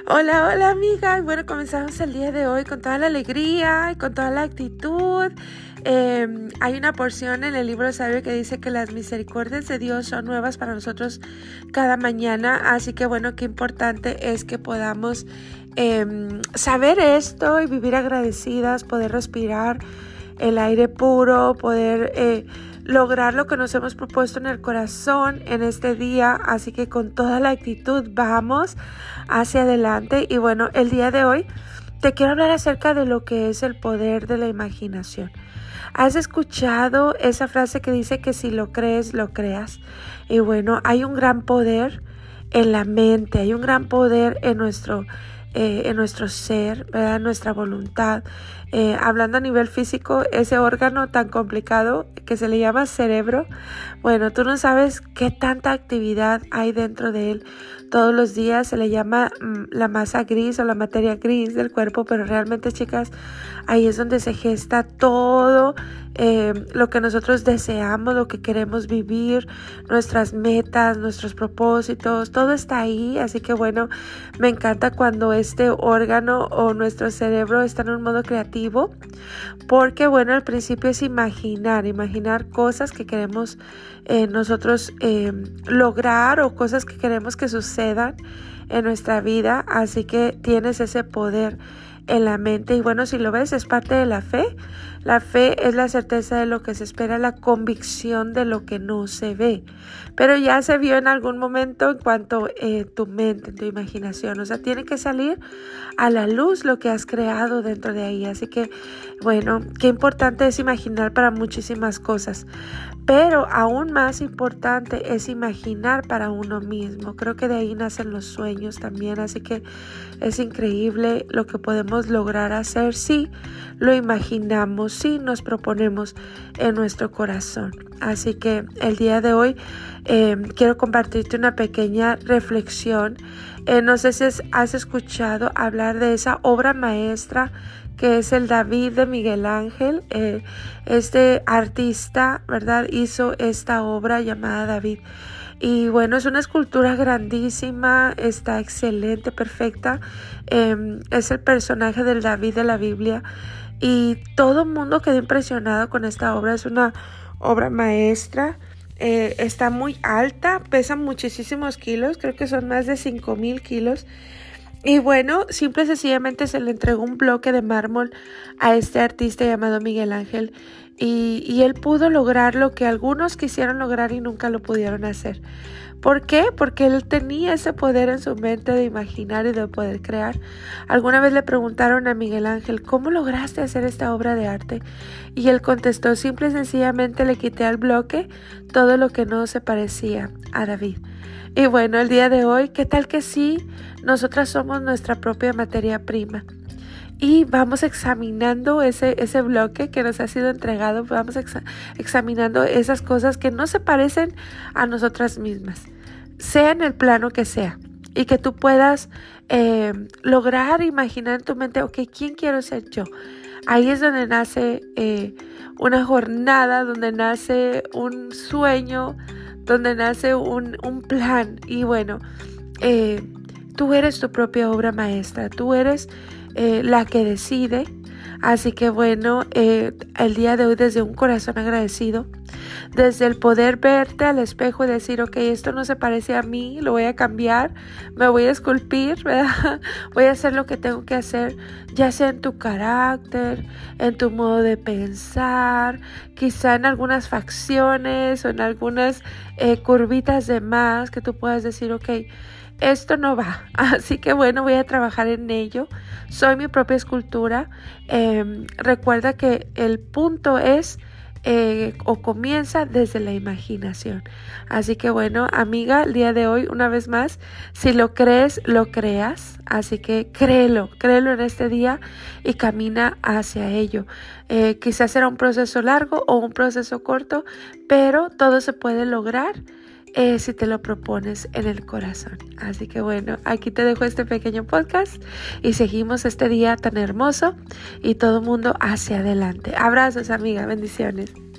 Hola, hola amiga. Y bueno, comenzamos el día de hoy con toda la alegría y con toda la actitud. Hay una porción en el libro sabio que dice que las misericordias de Dios son nuevas para nosotros cada mañana. Así que bueno, qué importante es que podamos saber esto y vivir agradecidas, poder respirar el aire puro, poder lograr lo que nos hemos propuesto en el corazón en este día. Así que con toda la actitud vamos hacia adelante. Y bueno, el día de hoy te quiero hablar acerca de lo que es el poder de la imaginación. ¿Has escuchado esa frase que dice que si lo crees, lo creas? Y bueno, hay un gran poder en la mente, hay un gran poder en nuestro ser, ¿verdad? Nuestra voluntad. Hablando a nivel físico, ese órgano tan complicado que se le llama cerebro, bueno, tú no sabes qué tanta actividad hay dentro de él. Todos los días se le llama la masa gris o la materia gris del cuerpo, pero realmente, chicas, ahí es donde se gesta todo lo que nosotros deseamos, lo que queremos vivir, nuestras metas, nuestros propósitos, todo está ahí. Así que bueno, me encanta cuando este órgano o nuestro cerebro está en un modo creativo, porque bueno, al principio es imaginar cosas que queremos nosotros lograr o cosas que queremos que sucedan en nuestra vida. Así que tienes ese poder en la mente y bueno, si lo ves, es parte de la fe. La fe es la certeza de lo que se espera, la convicción de lo que no se ve, pero ya se vio en algún momento en cuanto tu mente, tu imaginación, o sea, tiene que salir a la luz lo que has creado dentro de ahí. Así que bueno, qué importante es imaginar para muchísimas cosas, pero aún más importante es imaginar para uno mismo. Creo que de ahí nacen los sueños también, así que es increíble lo que podemos lograr hacer si lo imaginamos, si nos proponemos en nuestro corazón. Así que el día de hoy quiero compartirte una pequeña reflexión. No sé si has escuchado hablar de esa obra maestra que es el David de Miguel Ángel. Este artista, ¿verdad?, hizo esta obra llamada David. Y bueno, es una escultura grandísima, está excelente, perfecta. Es el personaje del David de la Biblia. Y todo el mundo quedó impresionado con esta obra. Es una obra maestra. Está muy alta, pesa muchísimos kilos, creo que son más de 5,000 kilos. Y bueno, simple y sencillamente se le entregó un bloque de mármol a este artista llamado Miguel Ángel y él pudo lograr lo que algunos quisieron lograr y nunca lo pudieron hacer. ¿Por qué? Porque él tenía ese poder en su mente de imaginar y de poder crear. Alguna vez le preguntaron a Miguel Ángel, ¿cómo lograste hacer esta obra de arte? Y él contestó, simple y sencillamente le quité al bloque todo lo que no se parecía a David. Y bueno, el día de hoy, ¿qué tal que sí? Nosotras somos nuestra propia materia prima. Y vamos examinando ese bloque que nos ha sido entregado, vamos examinando esas cosas que no se parecen a nosotras mismas, sea en el plano que sea, y que tú puedas lograr imaginar en tu mente, ok, ¿quién quiero ser yo? Ahí es donde nace una jornada, donde nace un sueño, donde nace un plan. Y bueno, tú eres tu propia obra maestra, tú eres la que decide. Así que bueno, el día de hoy desde un corazón agradecido, desde el poder verte al espejo y decir, ok, esto no se parece a mí, lo voy a cambiar, me voy a esculpir, ¿verdad? Voy a hacer lo que tengo que hacer, ya sea en tu carácter, en tu modo de pensar, quizá en algunas facciones o en algunas curvitas de más que tú puedas decir, ok, esto no va, así que bueno, voy a trabajar en ello. Soy mi propia escultura. Recuerda que el punto es o comienza desde la imaginación. Así que bueno, amiga, el día de hoy, una vez más, si lo crees, lo creas. Así que créelo en este día y camina hacia ello. Quizás será un proceso largo o un proceso corto, pero todo se puede lograr si te lo propones en el corazón. Así que bueno, aquí te dejo este pequeño podcast y seguimos este día tan hermoso y todo mundo hacia adelante. Abrazos, amiga, bendiciones.